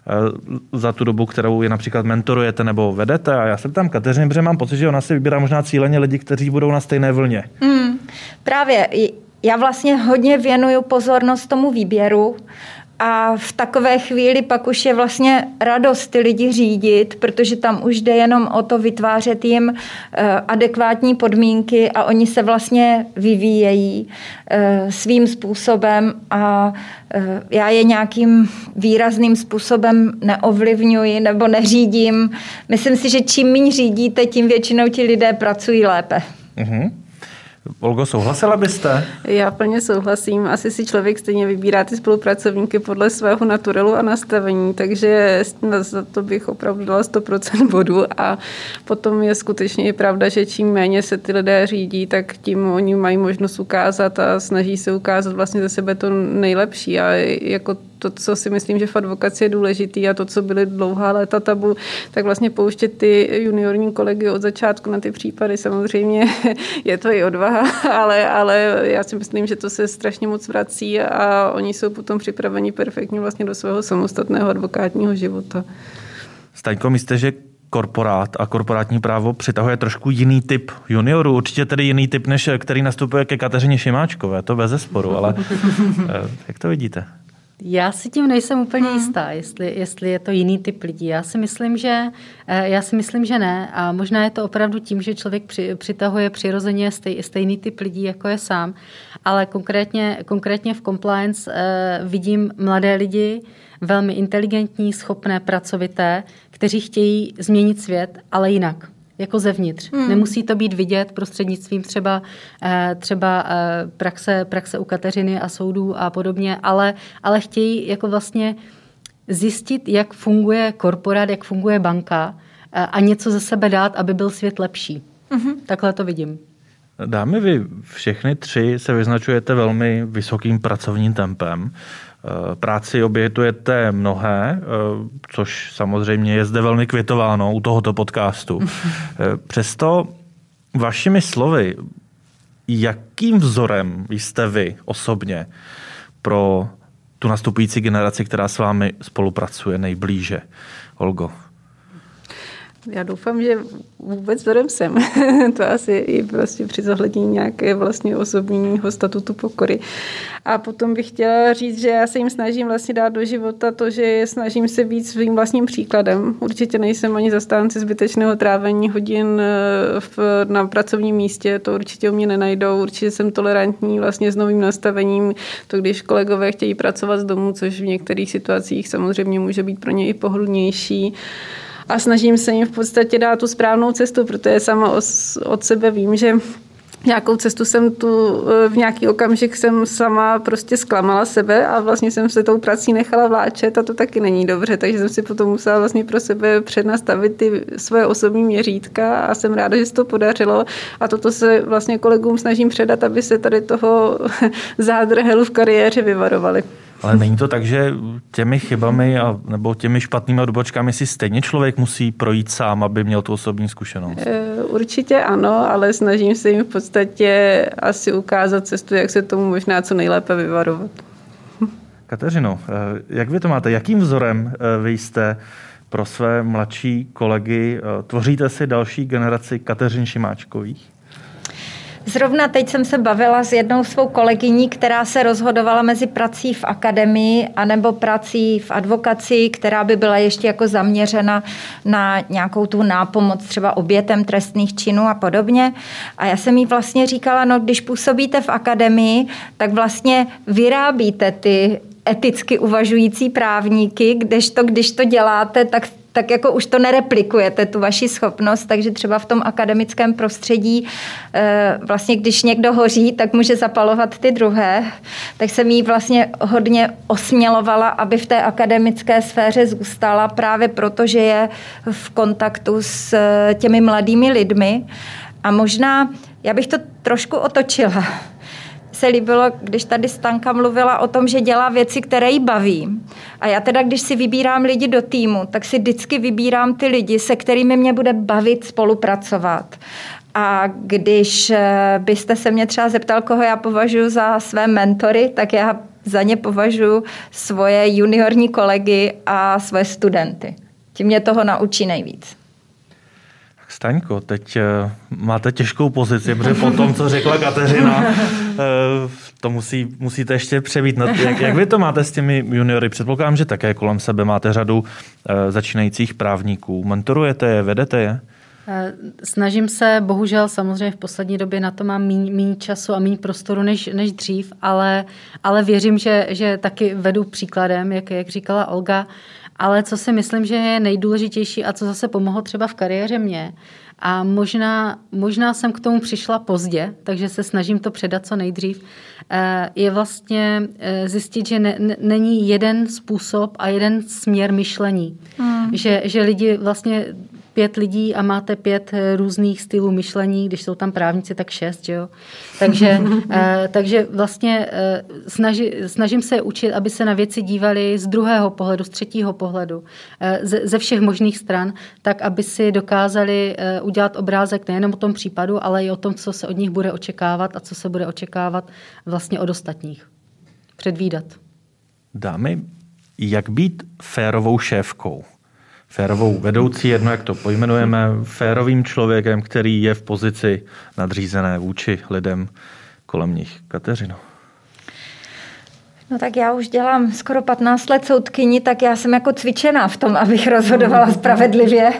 Speaker 1: za tu dobu, kterou je například mentorujete nebo vedete. A já se ptám Kateřiny, protože mám pocit, že ona si vybírá možná cíleně lidi, kteří budou na stejné vlně.
Speaker 2: Mm, právě. Já vlastně hodně věnuju pozornost tomu výběru a v takové chvíli pak už je vlastně radost ty lidi řídit, protože tam už jde jenom o to vytvářet jim adekvátní podmínky a oni se vlastně vyvíjejí svým způsobem a já je nějakým výrazným způsobem neovlivňuji nebo neřídím. Myslím si, že čím méně řídíte, tím většinou ti lidé pracují lépe.
Speaker 1: Mhm. Olgo, souhlasila byste?
Speaker 4: Já plně souhlasím. Asi si člověk stejně vybírá ty spolupracovníky podle svého naturelu a nastavení, takže za to bych opravdu dala sto procent bodů a potom je skutečně pravda, že čím méně se ty lidé řídí, tak tím oni mají možnost ukázat a snaží se ukázat vlastně ze sebe to nejlepší a jako to, co si myslím, že v advokaci je důležitý a to, co byly dlouhá léta tabu, tak vlastně pouštět ty juniorní kolegy od začátku na ty případy. Samozřejmě je to i odvaha, ale, ale já si myslím, že to se strašně moc vrací a oni jsou potom připraveni perfektně vlastně do svého samostatného advokátního života.
Speaker 1: Staňko, myslíte, že korporát a korporátní právo přitahuje trošku jiný typ juniorů, určitě tedy jiný typ, než který nastupuje ke Kateřině Šimáčkové, to bez zesporu, ale jak to vidíte?
Speaker 3: Já si tím nejsem úplně jistá, jestli, jestli je to jiný typ lidí. Já si myslím, že, já si myslím, že ne. A možná je to opravdu tím, že člověk při, přitahuje přirozeně stej, stejný typ lidí, jako je sám. Ale konkrétně, konkrétně v compliance eh, vidím mladé lidi, velmi inteligentní, schopné, pracovité, kteří chtějí změnit svět, ale jinak. Jako zevnitř. Hmm. Nemusí to být vidět prostřednictvím třeba, třeba praxe, praxe u Kateřiny a soudů a podobně, ale, ale chtějí jako vlastně zjistit, jak funguje korporát, jak funguje banka a něco ze sebe dát, aby byl svět lepší. Hmm. Takhle to vidím.
Speaker 1: Dámy, vy všechny tři se vyznačujete velmi vysokým pracovním tempem. Práci obětujete mnohé, což samozřejmě je zde velmi kvitováno u tohoto podcastu. Přesto vašimi slovy, jakým vzorem jste vy osobně pro tu nastupující generaci, která s vámi spolupracuje nejblíže? Olgo.
Speaker 4: Já doufám, že vůbec vzorem jsem. To asi i prostě při zohlednění nějaké vlastně osobního statutu pokory. A potom bych chtěla říct, že já se jim snažím vlastně dát do života to, že snažím se být svým vlastním příkladem. Určitě nejsem ani zastánce zbytečného trávení hodin v, na pracovním místě, to určitě u mě nenajdou. Určitě jsem tolerantní vlastně s novým nastavením. To, když kolegové chtějí pracovat z domu, což v některých situacích samozřejmě může být pro ně i pohodlnější. A snažím se jim v podstatě dát tu správnou cestu, protože sama od sebe vím, že nějakou cestu jsem tu, v nějaký okamžik jsem sama prostě zklamala sebe a vlastně jsem se tou prací nechala vláčet a to taky není dobře, takže jsem si potom musela vlastně pro sebe přednastavit ty svoje osobní měřítka a jsem ráda, že se to podařilo a toto se vlastně kolegům snažím předat, aby se tady toho zádrhelu v kariéře vyvarovali.
Speaker 1: Ale není to tak, že těmi chybami a, nebo těmi špatnými odbočkami si stejně člověk musí projít sám, aby měl tu osobní zkušenost?
Speaker 4: Určitě ano, ale snažím se jim v podstatě asi ukázat cestu, jak se tomu možná co nejlépe vyvarovat.
Speaker 1: Kateřino, jak vy to máte? Jakým vzorem vy jste pro své mladší kolegy? Tvoříte si další generaci Kateřin Šimáčkových?
Speaker 2: Zrovna teď jsem se bavila s jednou svou kolegyní, která se rozhodovala mezi prací v akademii anebo prací v advokacii, která by byla ještě jako zaměřena na nějakou tu nápomoc třeba obětem trestných činů a podobně. A já jsem jí vlastně říkala, no když působíte v akademii, tak vlastně vyrábíte ty eticky uvažující právníky, kdežto když to děláte, tak tak jako už to nereplikujete, tu vaši schopnost, takže třeba v tom akademickém prostředí vlastně, když někdo hoří, tak může zapalovat ty druhé. Tak jsem jí vlastně hodně osmělovala, aby v té akademické sféře zůstala právě proto, že je v kontaktu s těmi mladými lidmi. A možná, já bych to trošku otočila. Se líbilo, když tady Stanka mluvila o tom, že dělá věci, které jí baví. A já teda, když si vybírám lidi do týmu, tak si vždycky vybírám ty lidi, se kterými mě bude bavit spolupracovat. A když byste se mě třeba zeptal, koho já považuji za své mentory, tak já za ně považuji svoje juniorní kolegy a svoje studenty. Tím mě toho naučí nejvíc.
Speaker 1: Staňko, teď máte těžkou pozici, protože po tom, co řekla Kateřina, to musí, musíte ještě přebít. Jak, jak vy to máte s těmi juniory? Předpokládám, že také kolem sebe máte řadu začínajících právníků. Mentorujete je, vedete je?
Speaker 3: Snažím se, bohužel samozřejmě v poslední době na to mám míň, míň času a míň prostoru než, než dřív, ale, ale věřím, že, že taky vedu příkladem, jak, jak říkala Olga. Ale co si myslím, že je nejdůležitější a co zase pomohlo třeba v kariéře mě, a možná, možná jsem k tomu přišla pozdě, takže se snažím to předat co nejdřív, je vlastně zjistit, že ne, ne, není jeden způsob a jeden směr myšlení. Hmm. Že, že lidi vlastně pět lidí a máte pět různých stylů myšlení, když jsou tam právníci, tak šest, že jo? Takže, takže vlastně snaži, snažím se učit, aby se na věci dívali z druhého pohledu, z třetího pohledu, ze, ze všech možných stran, tak, aby si dokázali udělat obrázek nejenom o tom případu, ale i o tom, co se od nich bude očekávat a co se bude očekávat vlastně od ostatních. Předvídat.
Speaker 1: Dámy, jak být férovou šéfkou? Férovou vedoucí, jedno jak to pojmenujeme, férovým člověkem, který je v pozici nadřízené vůči lidem kolem nich. Kateřino.
Speaker 2: No tak já už dělám skoro patnáct let soudkyni, tak já jsem jako cvičená v tom, abych rozhodovala spravedlivě.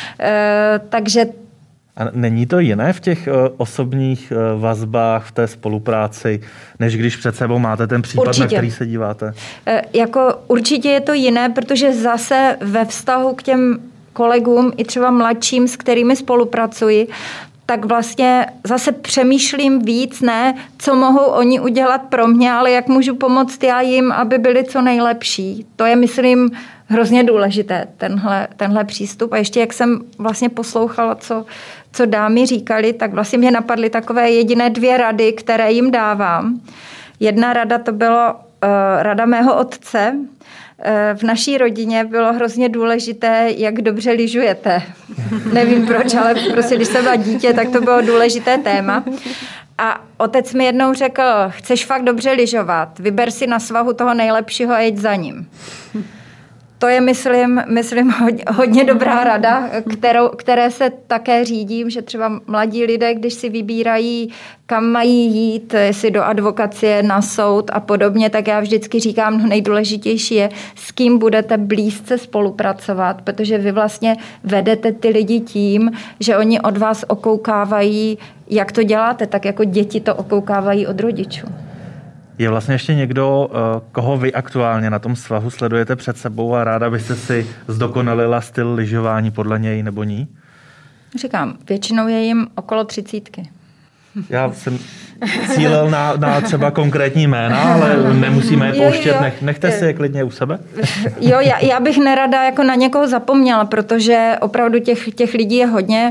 Speaker 2: E, takže
Speaker 1: A není to jiné v těch osobních vazbách, v té spolupráci, než když před sebou máte ten případ, určitě, na který se díváte?
Speaker 2: E, jako určitě je to jiné, protože zase ve vztahu k těm kolegům, i třeba mladším, s kterými spolupracuji, tak vlastně zase přemýšlím víc, ne, co mohou oni udělat pro mě, ale jak můžu pomoct já jim, aby byli co nejlepší. To je, myslím, hrozně důležité, tenhle, tenhle přístup. A ještě jak jsem vlastně poslouchala, co, co dámy říkali, tak vlastně mě napadly takové jediné dvě rady, které jim dávám. Jedna rada to bylo uh, rada mého otce. V naší rodině bylo hrozně důležité, jak dobře lyžujete. Nevím proč, ale prostě když jsem byla dítě, tak to bylo důležité téma. A otec mi jednou řekl, chceš fakt dobře lyžovat, vyber si na svahu toho nejlepšího a jeď za ním. To je, myslím, myslím hodně, hodně dobrá rada, kterou, které se také řídím, že třeba mladí lidé, když si vybírají, kam mají jít, jestli do advokacie, na soud a podobně, tak já vždycky říkám, no nejdůležitější je, s kým budete blízce spolupracovat, protože vy vlastně vedete ty lidi tím, že oni od vás okoukávají, jak to děláte, tak jako děti to okoukávají od rodičů.
Speaker 1: Je vlastně ještě někdo, koho vy aktuálně na tom svahu sledujete před sebou a ráda byste si zdokonalila styl lyžování podle něj nebo ní?
Speaker 2: Říkám, většinou je jim okolo třicítky.
Speaker 1: Já jsem cílil na, na třeba konkrétní jména, ale nemusíme je pouštět. Jo, jo. Nech, nechte si je klidně u sebe.
Speaker 2: Jo, já, já bych nerada jako na někoho zapomněla, protože opravdu těch, těch lidí je hodně.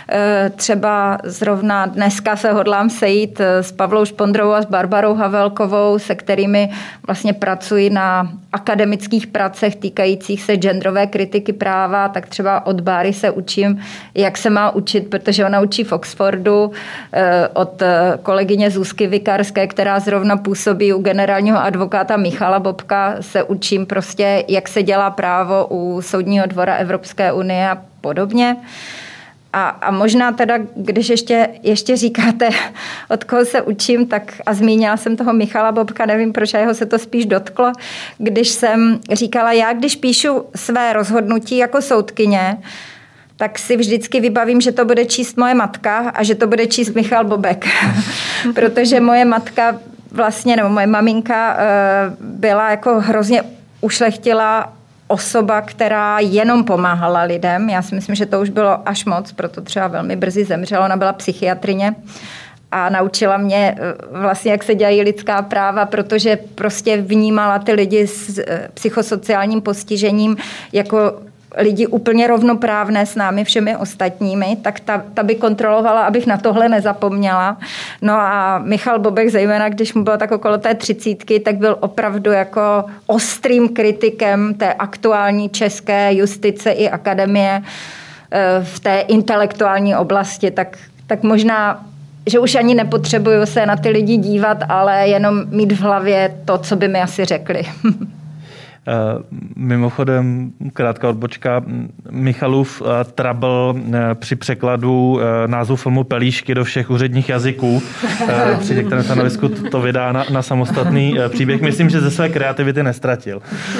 Speaker 2: Třeba zrovna dneska se hodlám sejít s Pavlou Špondrovou a s Barbarou Havelkovou, se kterými vlastně pracuji na akademických pracech týkajících se genderové kritiky práva, tak třeba od Báry se učím, jak se má učit, protože ona učí v Oxfordu, od kolegyně Zuzky Vikarské, která zrovna působí u generálního advokáta Michala Bobka, se učím prostě, jak se dělá právo u Soudního dvora Evropské unie a podobně. A, a možná teda, když ještě, ještě říkáte, od koho se učím, tak a zmínila jsem toho Michala Bobka, nevím, proč jeho se to spíš dotklo, když jsem říkala, já když píšu své rozhodnutí jako soudkyně, tak si vždycky vybavím, že to bude číst moje matka a že to bude číst Michal Bobek. Protože moje matka vlastně, nebo moje maminka byla jako hrozně ušlechtilá osoba, která jenom pomáhala lidem. Já si myslím, že to už bylo až moc, proto třeba velmi brzy zemřela. Ona byla psychiatrině a naučila mě vlastně, jak se dělají lidská práva, protože prostě vnímala ty lidi s psychosociálním postižením jako lidi úplně rovnoprávné s námi všemi ostatními, tak ta, ta by kontrolovala, abych na tohle nezapomněla. No a Michal Bobek, zejména když mu bylo tak okolo té třicítky, tak byl opravdu jako ostrým kritikem té aktuální české justice i akademie v té intelektuální oblasti. Tak, tak možná, že už ani nepotřebuju se na ty lidi dívat, ale jenom mít v hlavě to, co by mi asi řekli.
Speaker 1: Mimochodem, krátká odbočka, Michalův trouble při překladu názvu filmu Pelíšky do všech úředních jazyků. Při některém stanovisku to vydá na, na samostatný příběh. Myslím, že ze své kreativity nestratil.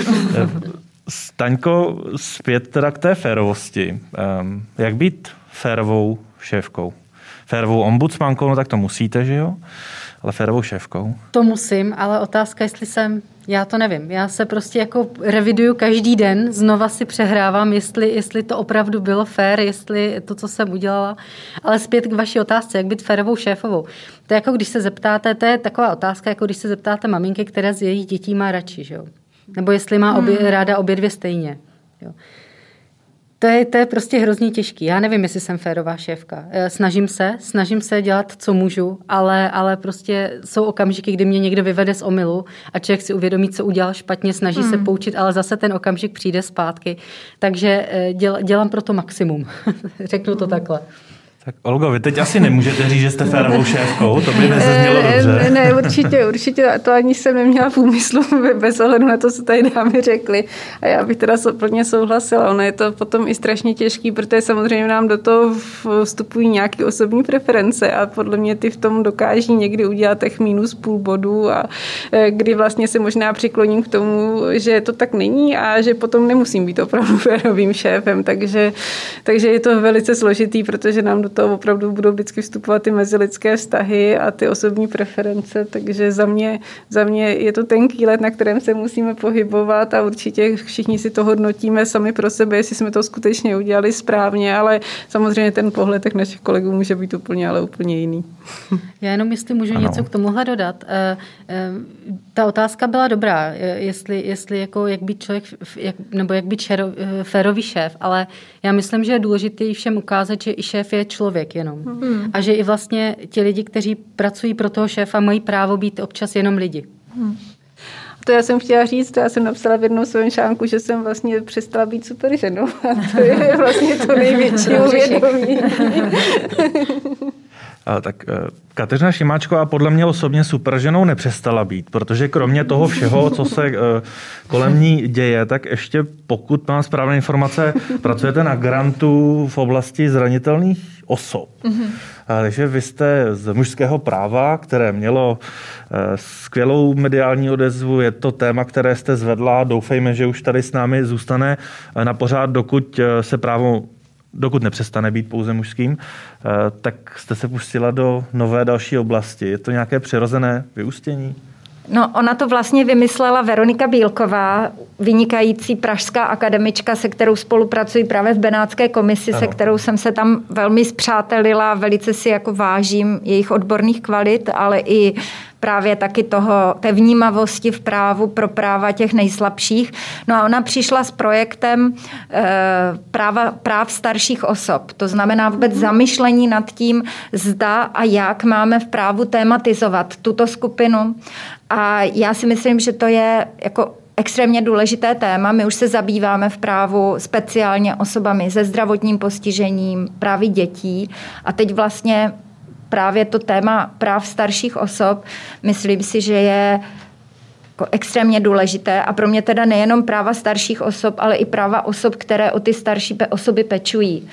Speaker 1: Staňko, zpět teda k té férovosti. Jak být férovou šéfkou? Férovou ombudsmankou, no tak to musíte, že jo? Ale férovou šéfkou?
Speaker 3: To musím, ale otázka, jestli jsem, já to nevím. Já se prostě jako reviduju každý den, znova si přehrávám, jestli, jestli to opravdu bylo fér, jestli to, co jsem udělala. Ale zpět k vaší otázce, jak být férovou šéfovou. To je jako když se zeptáte, to je taková otázka, jako když se zeptáte maminky, která z jejich dětí má radši, že jo? Nebo jestli má obě, hmm. ráda obě dvě stejně. Jo? To je, to je prostě hrozně těžký. Já nevím, jestli jsem férová šéfka. Snažím se, snažím se dělat, co můžu, ale, ale prostě jsou okamžiky, kdy mě někdo vyvede z omylu a člověk si uvědomí, co udělal špatně, snaží hmm. se poučit, ale zase ten okamžik přijde zpátky. Takže děl, dělám pro to maximum. Řeknu to takhle.
Speaker 1: Tak Olgo, vy teď asi nemůžete říct, že jste férovou šéfkou, to by nezaznělo dobře.
Speaker 4: Ne, ne, určitě, určitě, to ani jsem neměla v úmyslu bez ohledu na to, co tady dámy řekli. A já bych teda plně souhlasila. Ono je to potom i strašně těžký, protože samozřejmě nám do toho vstupují nějaké osobní preference a podle mě ty v tom dokáží někdy udělat těch minus půl bodu a kdy vlastně se možná přikloním k tomu, že to tak není a že potom nemusím být opravdu férovým šéfem. Takže, takže je to velice složitý, protože nám do to opravdu budou vždycky vstupovat ty mezilidské vztahy a ty osobní preference, takže za mě, za mě je to tenký let, na kterém se musíme pohybovat a určitě všichni si to hodnotíme sami pro sebe, jestli jsme to skutečně udělali správně, ale samozřejmě ten pohled těch našich kolegů může být úplně, ale úplně jiný.
Speaker 3: Já jenom, jestli můžu ano. něco k tomuhle dodat. Ta otázka byla dobrá, jestli, jestli jako jak být člověk, jak, nebo jak být šero, férový šéf, ale já myslím, že je důležité všem ukázat, že i šéf je člověk jenom. Hmm. A že i vlastně ti lidi, kteří pracují pro toho šéfa, mají právo být občas jenom lidi. Hmm.
Speaker 4: To já jsem chtěla říct, to já jsem napsala v jednom svém článku, že jsem vlastně přestala být super ženou. A to je vlastně to největší uvědomí.
Speaker 1: A tak Kateřina Šimáčková podle mě osobně superženou nepřestala být, protože kromě toho všeho, co se kolem ní děje, tak ještě, pokud mám správné informace, pracujete na grantu v oblasti zranitelných osob. Mm-hmm. Takže vy jste z mužského práva, které mělo skvělou mediální odezvu, je to téma, které jste zvedla, doufejme, že už tady s námi zůstane na pořád, dokud se právo dokud nepřestane být pouze mužským, tak jste se pustila do nové další oblasti. Je to nějaké přirozené vyústění?
Speaker 2: No, ona to vlastně vymyslela Veronika Bílková, vynikající pražská akademička, se kterou spolupracuji právě v Benátské komisi, ano. se kterou jsem se tam velmi spřátelila, velice si jako vážím jejich odborných kvalit, ale i právě taky toho, té vnímavosti v právu pro práva těch nejslabších. No a ona přišla s projektem e, práva, práv starších osob. To znamená vůbec zamyšlení nad tím, zda a jak máme v právu tématizovat tuto skupinu. A já si myslím, že to je jako extrémně důležité téma. My už se zabýváme v právu speciálně osobami se zdravotním postižením, právě dětí. A teď vlastně právě to téma práv starších osob, myslím si, že je jako extrémně důležité a pro mě teda nejenom práva starších osob, ale i práva osob, které o ty starší pe- osoby pečují.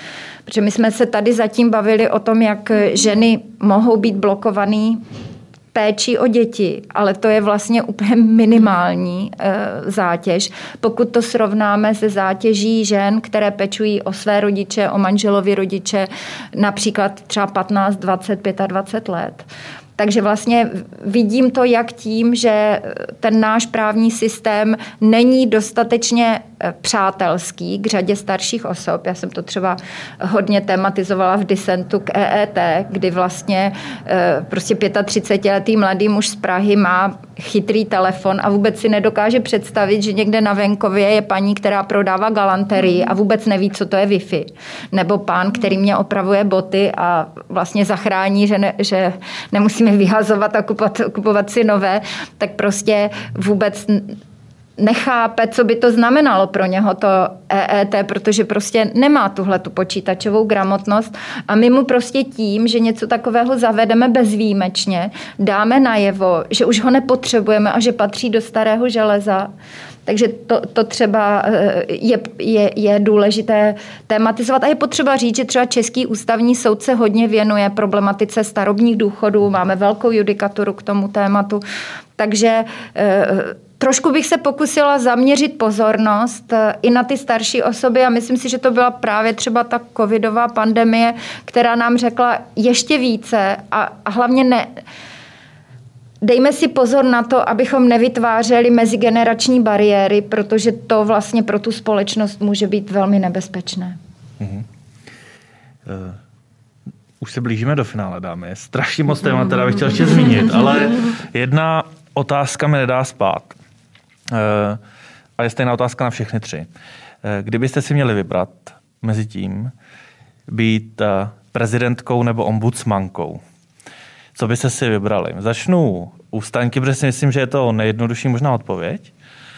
Speaker 2: Protože my jsme se tady zatím bavili o tom, jak ženy mohou být blokovaný péčí o děti, ale to je vlastně úplně minimální e, zátěž. Pokud to srovnáme se zátěží žen, které pečují o své rodiče, o manželovi rodiče, například třeba patnáct, dvacet, dvacet pět let. Takže vlastně vidím to jak tím, že ten náš právní systém není dostatečně přátelský k řadě starších osob. Já jsem to třeba hodně tematizovala v disentu k E E T, kdy vlastně prostě třicetiletý mladý muž z Prahy má chytrý telefon a vůbec si nedokáže představit, že někde na venkově je paní, která prodává galanterii a vůbec neví, co to je Wi-Fi. Nebo pán, který mě opravuje boty a vlastně zachrání, že, ne, že nemusíme vyhazovat a kupovat, kupovat si nové, tak prostě vůbec nechápe, co by to znamenalo pro něho to E E T, protože prostě nemá tuhle tu počítačovou gramotnost a my mu prostě tím, že něco takového zavedeme bezvýjimečně, dáme najevo, že už ho nepotřebujeme a že patří do starého železa. Takže to, to třeba je, je, je důležité tematizovat. A je potřeba říct, že třeba Český ústavní soud se hodně věnuje problematice starobních důchodů. Máme velkou judikaturu k tomu tématu. Takže trošku bych se pokusila zaměřit pozornost i na ty starší osoby a myslím si, že to byla právě třeba ta covidová pandemie, která nám řekla ještě více a, a hlavně ne... Dejme si pozor na to, abychom nevytvářeli mezigenerační bariéry, protože to vlastně pro tu společnost může být velmi nebezpečné. Uh-huh. Uh,
Speaker 1: už se blížíme do finále, dámy. Je strašně moc témat, která bych chtěl ještě zmínit, ale jedna otázka mi nedá spát. Uh, a je stejná otázka na všechny tři. Uh, kdybyste si měli vybrat mezi tím být uh, prezidentkou nebo ombudsmankou, co byste si vybrali? Začnu u Staňky, protože si myslím, že je to nejjednodušší možná odpověď.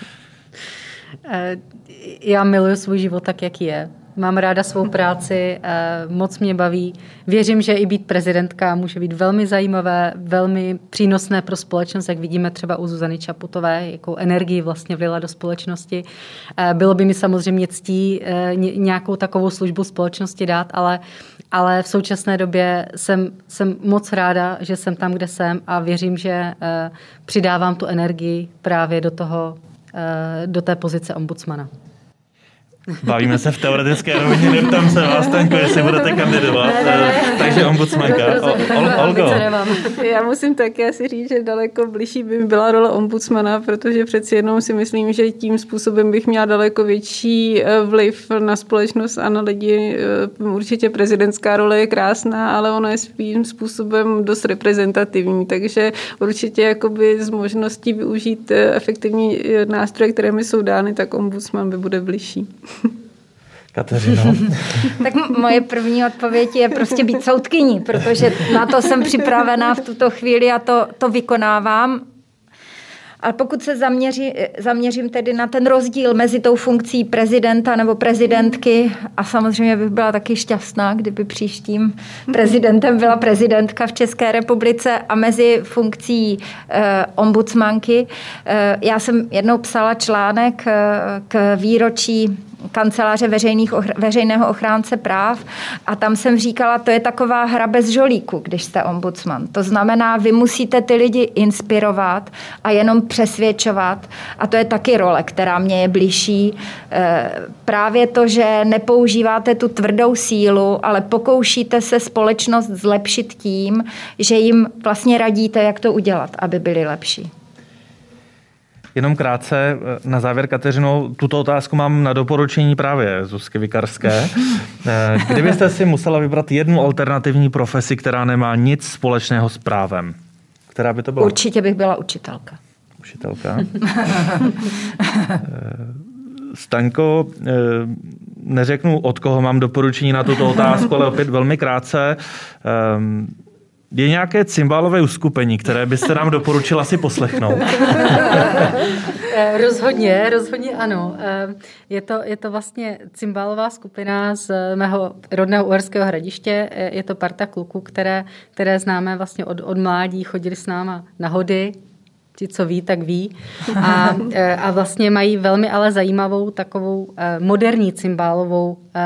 Speaker 3: Já miluji svůj život tak, jak je. Mám ráda svou práci, moc mě baví. Věřím, že i být prezidentka může být velmi zajímavé, velmi přínosné pro společnost, jak vidíme třeba u Zuzany Čaputové, jakou energii vlastně vlila do společnosti. Bylo by mi samozřejmě ctí nějakou takovou službu společnosti dát, ale, ale v současné době jsem, jsem moc ráda, že jsem tam, kde jsem a věřím, že přidávám tu energii právě do toho, do té pozice ombudsmana.
Speaker 1: Bavíme se v teoretické rovině, neptám se vás, Stanko, jestli budete kandidovat. Ne, ne, ne. Takže ombudsmanka. Olgo.
Speaker 4: Já musím také si říct, že daleko blížší by mi byla role ombudsmana, protože přeci jednou si myslím, že tím způsobem bych měla daleko větší vliv na společnost a na lidi. Určitě prezidentská role je krásná, ale ona je svým způsobem dost reprezentativní, takže určitě jakoby z možností využít efektivní nástroje, které mi jsou dány, tak ombudsman by bude blížší.
Speaker 1: Kateřino.
Speaker 2: Tak moje první odpověď je prostě být soudkyní, protože na to jsem připravená v tuto chvíli a to, to vykonávám. Ale pokud se zaměří, zaměřím tedy na ten rozdíl mezi tou funkcí prezidenta nebo prezidentky a samozřejmě bych byla taky šťastná, kdyby příštím prezidentem byla prezidentka v České republice a mezi funkcí eh, ombudsmanky. Eh, já jsem jednou psala článek eh, k výročí kanceláře veřejných, veřejného ochránce práv a tam jsem říkala, to je taková hra bez žolíku, když jste ombudsman. To znamená, vy musíte ty lidi inspirovat a jenom přesvědčovat a to je taky role, která mě je blížší. Právě to, že nepoužíváte tu tvrdou sílu, ale pokoušíte se společnost zlepšit tím, že jim vlastně radíte, jak to udělat, aby byli lepší.
Speaker 1: Jenom krátce na závěr, Kateřino, tuto otázku mám na doporučení právě Zuzky Vikarské. Kdybyste si musela vybrat jednu alternativní profesi, která nemá nic společného s právem, která by to byla?
Speaker 2: Určitě bych byla učitelka.
Speaker 1: Učitelka. Staňko, neřeknu, od koho mám doporučení na tuto otázku, ale opět velmi krátce. Je nějaké cymbálové uskupení, které byste nám doporučila si poslechnout?
Speaker 3: Rozhodně, rozhodně ano. Je to, je to vlastně cymbálová skupina z mého rodného Uherského Hradiště. Je to parta kluků, které, které známe vlastně od, od mládí, chodili s náma na hody. Ti, co ví, tak ví. A, a vlastně mají velmi ale zajímavou takovou moderní cymbálovou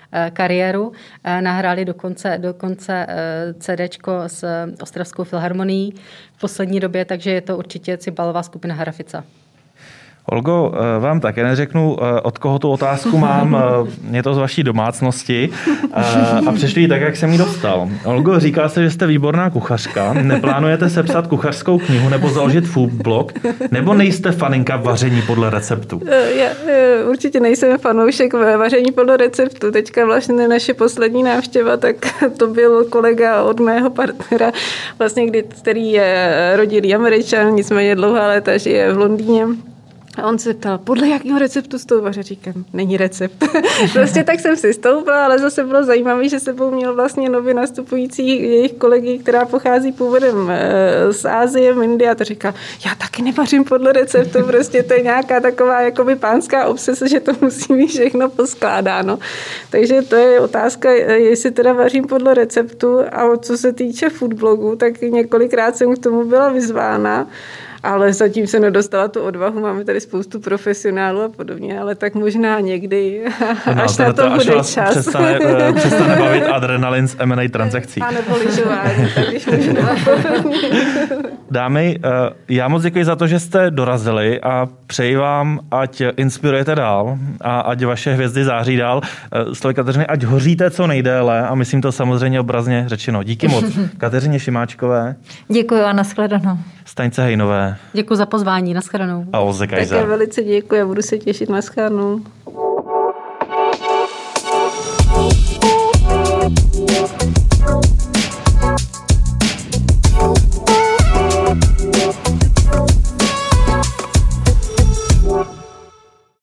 Speaker 3: kariéru. Nahráli dokonce, dokonce CDčko s Ostravskou filharmonií v poslední době, takže je to určitě cibalová skupina Harafica.
Speaker 1: Olgo, vám také neřeknu, od koho tu otázku mám, je to z vaší domácnosti a přečtu ji tak, jak jsem ji dostal. Olgo, říká se, že jste výborná kuchařka, neplánujete sepsat kuchařskou knihu nebo založit food blog, nebo nejste faninka vaření podle receptu?
Speaker 4: Já určitě nejsem fanoušek vaření podle receptu. Teďka vlastně naše poslední návštěva, tak to byl kolega od mého partnera, vlastně, který je rodilý Američan, nicméně dlouhá léta žije v Londýně. A on se ptal, podle jakého receptu stouvaře? Říkám, není recept. Prostě tak jsem si stoupla, ale zase bylo zajímavé, že sebou měl vlastně nově nastupující jejich kolegy, která pochází původem z Asie, v Indii, a to říká, já taky nevařím podle receptu, prostě to je nějaká taková jakoby pánská obsese, že to musí mít všechno poskládáno. Takže to je otázka, jestli teda vařím podle receptu, a co se týče foodblogu, tak několikrát jsem k tomu byla vyzvána, ale zatím se nedostala tu odvahu, máme tady spoustu profesionálů a podobně, ale tak možná někdy, no, až na to, to bude
Speaker 1: až
Speaker 4: čas.
Speaker 1: Přestane, přestane bavit adrenalin z em and A transakcí.
Speaker 4: A nebo lyžování, tak když možná.
Speaker 1: Dámy, já moc děkuji za to, že jste dorazili a přeji vám, ať inspirujete dál a ať vaše hvězdy září dál. Slovy Kateřiny, ať hoříte co nejdéle a myslím to samozřejmě obrazně řečeno. Díky moc Kateřině Šimáčkové.
Speaker 2: Děkuji a nashledanou.
Speaker 1: Staňce Hejnové.
Speaker 3: Děkuji za pozvání, nashledanou.
Speaker 1: A Olze Kajzer.
Speaker 4: Také velice děkuji a budu se těšit, nashledanou.